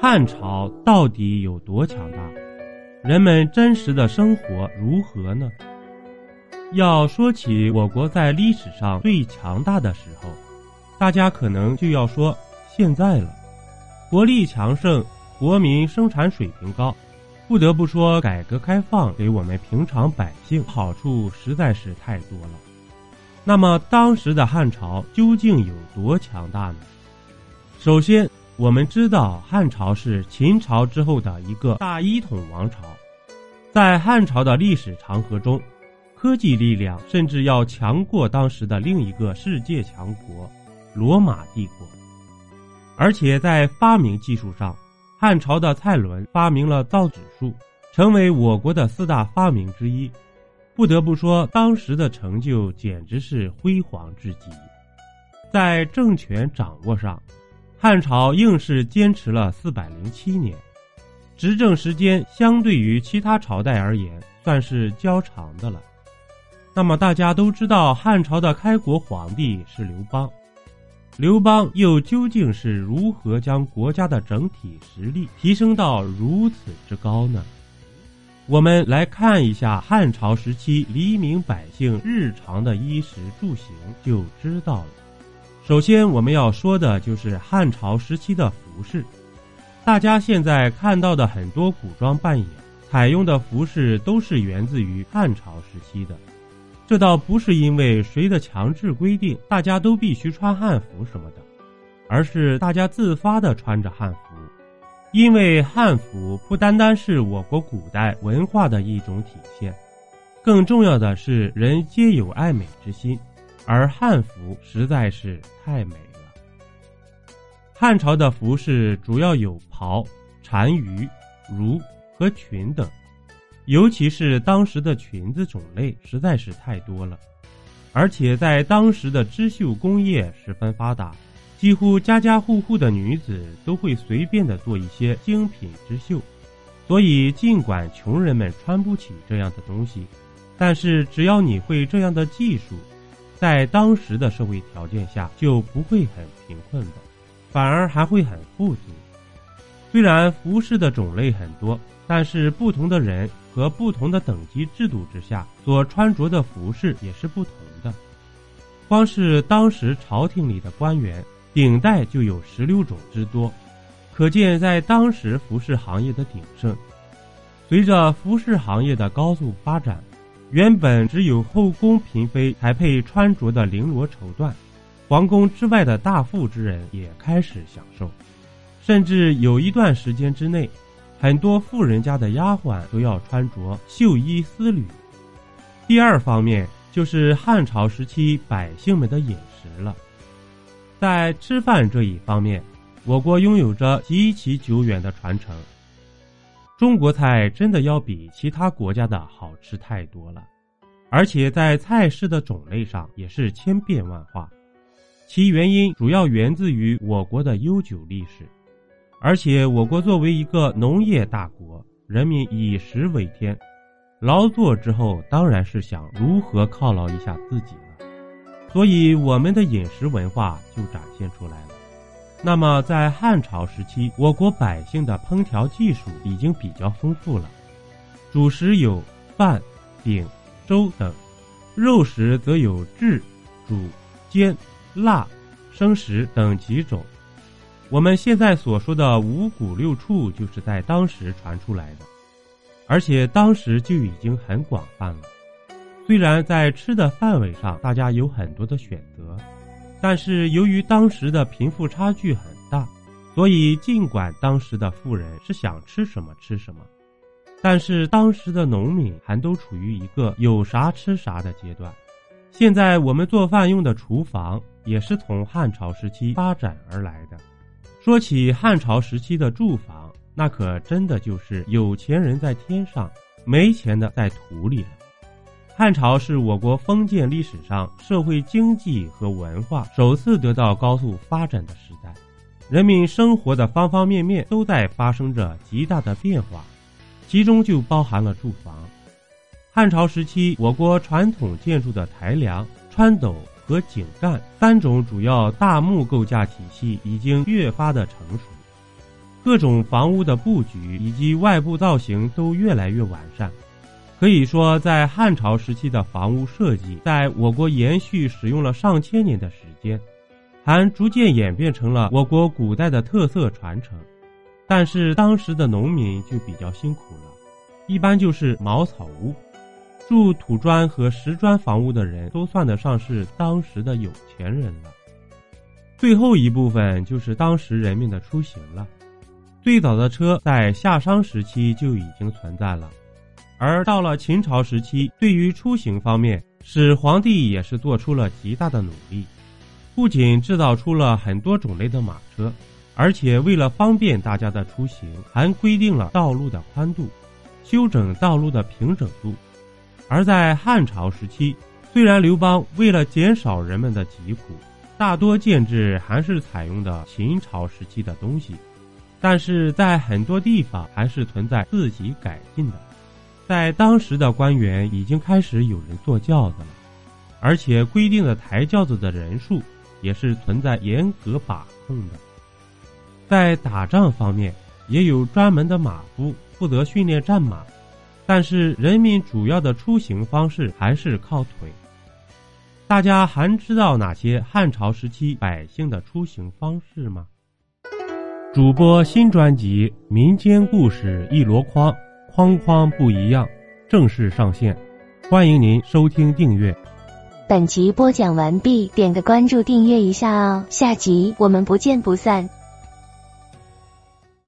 汉朝到底有多强大？人们真实的生活如何呢？要说起我国在历史上最强大的时候，大家可能就要说现在了。国力强盛，国民生产水平高，不得不说改革开放给我们平常百姓好处实在是太多了。那么当时的汉朝究竟有多强大呢？首先我们知道汉朝是秦朝之后的一个大一统王朝，在汉朝的历史长河中，科技力量甚至要强过当时的另一个世界强国罗马帝国。而且在发明技术上，汉朝的蔡伦发明了造纸术，成为我国的4大发明之一。不得不说当时的成就简直是辉煌至极。在政权掌握上，汉朝硬是坚持了407年，执政时间相对于其他朝代而言算是较长的了。那么大家都知道汉朝的开国皇帝是刘邦，刘邦又究竟是如何将国家的整体实力提升到如此之高呢？我们来看一下汉朝时期黎民百姓日常的衣食住行就知道了。首先我们要说的就是汉朝时期的服饰。大家现在看到的很多古装扮演采用的服饰都是源自于汉朝时期的。这倒不是因为谁的强制规定大家都必须穿汉服什么的，而是大家自发地穿着汉服。因为汉服不单单是我国古代文化的一种体现，更重要的是人皆有爱美之心，而汉服实在是太美了。汉朝的服饰主要有袍、单于、襦和裙等，尤其是当时的裙子种类实在是太多了，而且在当时的织绣工业十分发达，几乎家家户户的女子都会随便的做一些精品织绣，所以尽管穷人们穿不起这样的东西，但是只要你会这样的技术，在当时的社会条件下就不会很贫困的，反而还会很富足。虽然服饰的种类很多，但是不同的人和不同的等级制度之下所穿着的服饰也是不同的。光是当时朝廷里的官员顶戴就有16种之多，可见在当时服饰行业的鼎盛。随着服饰行业的高速发展，原本只有后宫嫔妃才配穿着的绫罗绸缎，皇宫之外的大富之人也开始享受。甚至有一段时间之内，很多富人家的丫鬟都要穿着绣衣丝履。第二方面就是汉朝时期百姓们的饮食了。在吃饭这一方面，我国拥有着极其久远的传承。中国菜真的要比其他国家的好吃太多了，而且在菜式的种类上也是千变万化。其原因主要源自于我国的悠久历史，而且我国作为一个农业大国，人民以食为天，劳作之后当然是想如何犒劳一下自己了，所以我们的饮食文化就展现出来了。那么在汉朝时期，我国百姓的烹调技术已经比较丰富了，主食有饭、饼、粥等，肉食则有炙、煮、煎、辣、生食等几种。我们现在所说的五谷六畜就是在当时传出来的，而且当时就已经很广泛了。虽然在吃的范围上大家有很多的选择，但是由于当时的贫富差距很大，所以尽管当时的富人是想吃什么吃什么，但是当时的农民还都处于一个有啥吃啥的阶段。现在我们做饭用的厨房也是从汉朝时期发展而来的。说起汉朝时期的住房，那可真的就是有钱人在天上，没钱的在土里了。汉朝是我国封建历史上社会经济和文化首次得到高速发展的时代，人民生活的方方面面都在发生着极大的变化，其中就包含了住房。汉朝时期，我国传统建筑的台梁、穿斗和井干3种主要大木构架体系已经越发的成熟。 各种房屋的布局以及外部造型都越来越完善。可以说，在汉朝时期的房屋设计在我国延续使用了上千年的时间，还逐渐演变成了我国古代的特色传承。但是当时的农民就比较辛苦了，一般就是茅草屋，住土砖和石砖房屋的人都算得上是当时的有钱人了。最后一部分就是当时人们的出行了。最早的车在夏商时期就已经存在了，而到了秦朝时期，对于出行方面，始皇帝也是做出了极大的努力，不仅制造出了很多种类的马车，而且为了方便大家的出行，还规定了道路的宽度，修整道路的平整度。而在汉朝时期，虽然刘邦为了减少人们的疾苦，大多建制还是采用的秦朝时期的东西，但是在很多地方还是存在自己改进的。在当时的官员已经开始有人坐轿子了，而且规定的抬轿子的人数也是存在严格把控的。在打仗方面，也有专门的马夫负责训练战马，但是人民主要的出行方式还是靠腿。大家还知道哪些汉朝时期百姓的出行方式吗？主播新专辑《民间故事一箩筐》，筐筐不一样，正式上线，欢迎您收听订阅。 本集播讲完毕，点个关注订阅一下哦，下集我们不见不散。